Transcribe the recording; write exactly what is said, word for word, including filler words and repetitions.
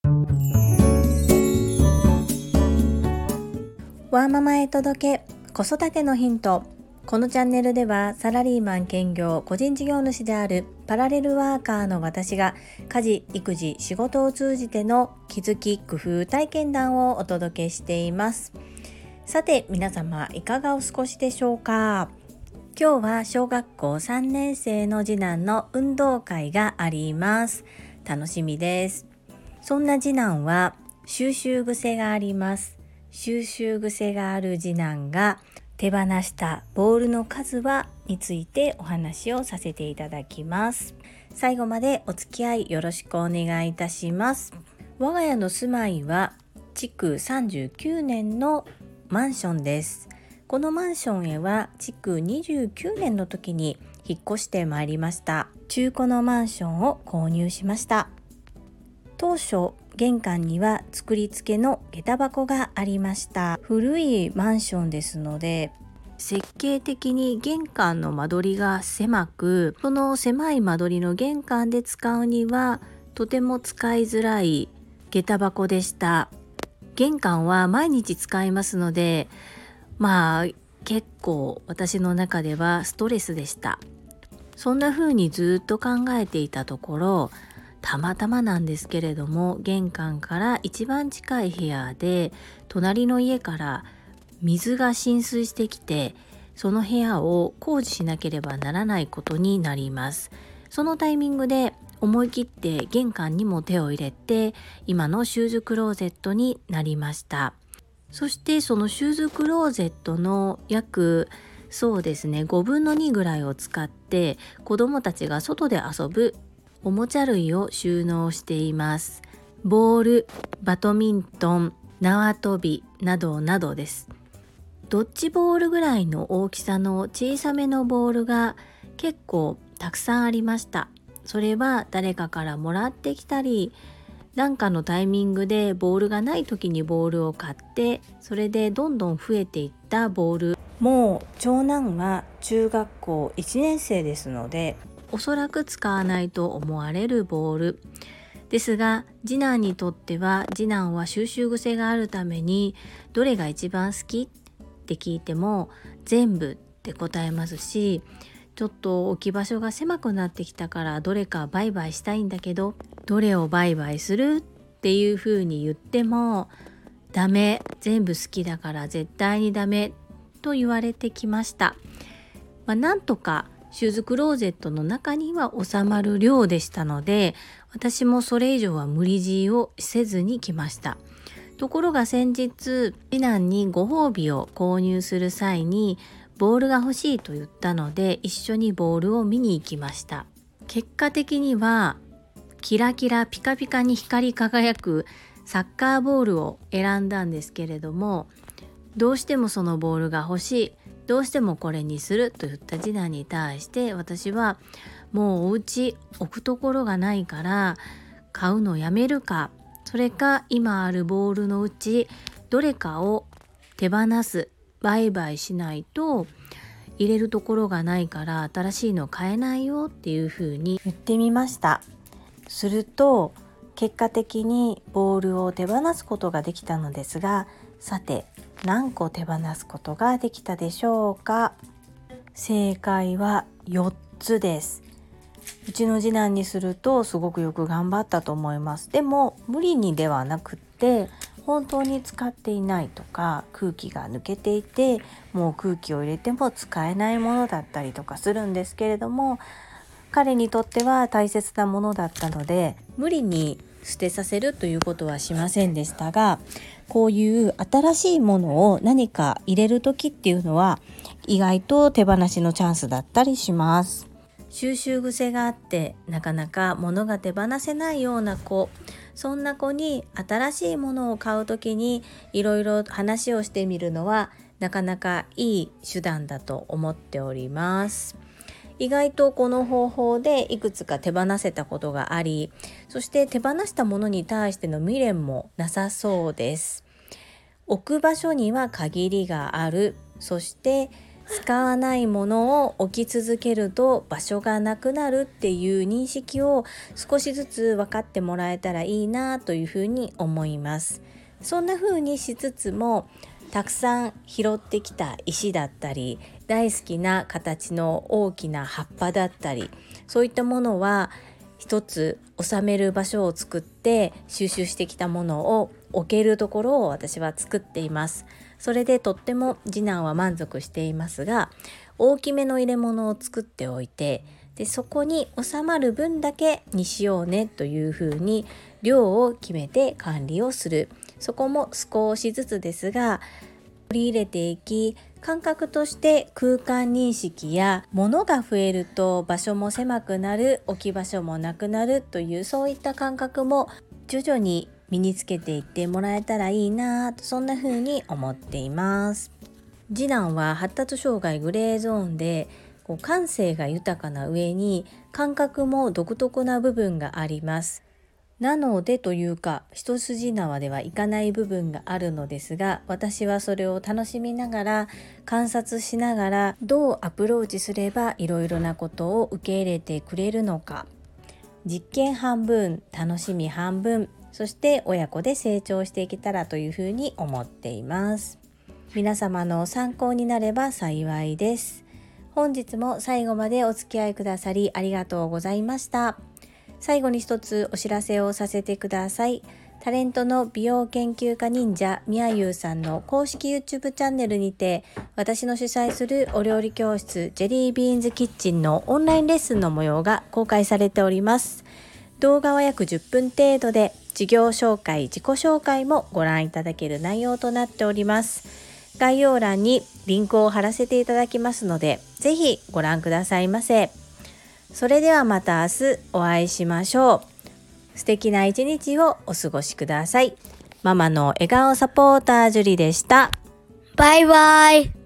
ワーママへ届け子育てのヒント。このチャンネルではサラリーマン兼業個人事業主であるパラレルワーカーの私が家事、育児、仕事を通じての気づき、工夫、体験談をお届けしています。さて皆様いかがお過ごしでしょうか。今日は小学校さんねん生の次男の運動会があります。楽しみです。そんな次男は収集癖があります。収集癖がある次男が手放したボールの数はについてお話をさせていただきます。最後までお付き合いよろしくお願いいたします。我が家の住まいは築さんじゅうきゅうねんのマンションです。このマンションへは築にじゅうきゅうねんの時に引っ越してまいりました。中古のマンションを購入しました。当初玄関には作り付けの下駄箱がありました。古いマンションですので設計的に玄関の間取りが狭く、その狭い間取りの玄関で使うにはとても使いづらい下駄箱でした。玄関は毎日使いますので、まあ結構私の中ではストレスでした。そんな風にずっと考えていたところ、たまたまなんですけれども、玄関から一番近い部屋で隣の家から水が浸水してきて、その部屋を工事しなければならないことになります。そのタイミングで思い切って玄関にも手を入れて、今のシューズクローゼットになりました。そしてそのシューズクローゼットの約そうですねごぶんのにぐらいを使って子どもたちが外で遊ぶおもちゃ類を収納しています。ボール、バドミントン、縄跳びなどなどです。ドッジボールぐらいの大きさの小さめのボールが結構たくさんありました。それは誰かからもらってきたり、なんかのタイミングでボールがない時にボールを買って、それでどんどん増えていったボール。もう長男は中学校いちねん生ですので、おそらく使わないと思われるボールですが、次男にとっては次男は収集癖があるために、どれが一番好きって聞いても全部って答えますし、ちょっと置き場所が狭くなってきたからどれか売買したいんだけど、どれを売買するっていう風に言ってもダメ、全部好きだから絶対にダメと言われてきました。まあ、なんとかシューズクローゼットの中には収まる量でしたので、私もそれ以上は無理強いをせずに来ました。ところが先日、次男にご褒美を購入する際にボールが欲しいと言ったので、一緒にボールを見に行きました。結果的にはキラキラピカピカに光り輝くサッカーボールを選んだんですけれども、どうしてもそのボールが欲しい、どうしてもこれにすると言った次男に対して、私はもうお家置くところがないから買うのやめるか、それか今あるボールのうちどれかを手放す、売買しないと入れるところがないから新しいの買えないよっていうふうに言ってみました。すると結果的にボールを手放すことができたのですが、さて何個手放すことができたでしょうか。正解はよっつです。うちの次男にするとすごくよく頑張ったと思います。でも無理にではなくって、本当に使っていないとか空気が抜けていてもう空気を入れても使えないものだったりとかするんですけれども、彼にとっては大切なものだったので無理に捨てさせるということはしませんでしたが、こういう新しいものを何か入れる時っていうのは意外と手放しのチャンスだったりします。収集癖があってなかなか物が手放せないような子、そんな子に新しいものを買う時にいろいろ話をしてみるのはなかなかいい手段だと思っております。意外とこの方法でいくつか手放せたことがあり、そして手放したものに対しての未練もなさそうです。置く場所には限りがある。そして使わないものを置き続けると場所がなくなるっていう認識を少しずつ分かってもらえたらいいなというふうに思います。そんな風にしつつも、たくさん拾ってきた石だったり、大好きな形の大きな葉っぱだったり、そういったものは一つ収める場所を作って、収集してきたものを置けるところを私は作っています。それでとっても次男は満足していますが、大きめの入れ物を作っておいて、でそこに収まる分だけにしようねというふうに量を決めて管理をする。そこも少しずつですが取り入れていき、感覚として空間認識や物が増えると場所も狭くなる、置き場所もなくなるという、そういった感覚も徐々に身につけていってもらえたらいいなと、そんな風に思っています。次男は発達障害グレーゾーンで、こう感性が豊かな上に感覚も独特な部分があります。なのでというか、一筋縄ではいかない部分があるのですが、私はそれを楽しみながら、観察しながら、どうアプローチすればいろいろなことを受け入れてくれるのか、実験半分、楽しみ半分、そして親子で成長していけたらというふうに思っています。皆様の参考になれば幸いです。本日も最後までお付き合いくださりありがとうございました。最後に一つお知らせをさせてください。タレントの美容研究家忍者みやゆうさんの公式 YouTube チャンネルにて、私の主催するお料理教室ジェリービーンズキッチンのオンラインレッスンの模様が公開されております。動画は約じゅっぷん程度で、事業紹介、自己紹介もご覧いただける内容となっております。概要欄にリンクを貼らせていただきますので、ぜひご覧くださいませ。それではまた明日お会いしましょう。素敵な一日をお過ごしください。ママの笑顔サポータージュリでした。 バイバイ。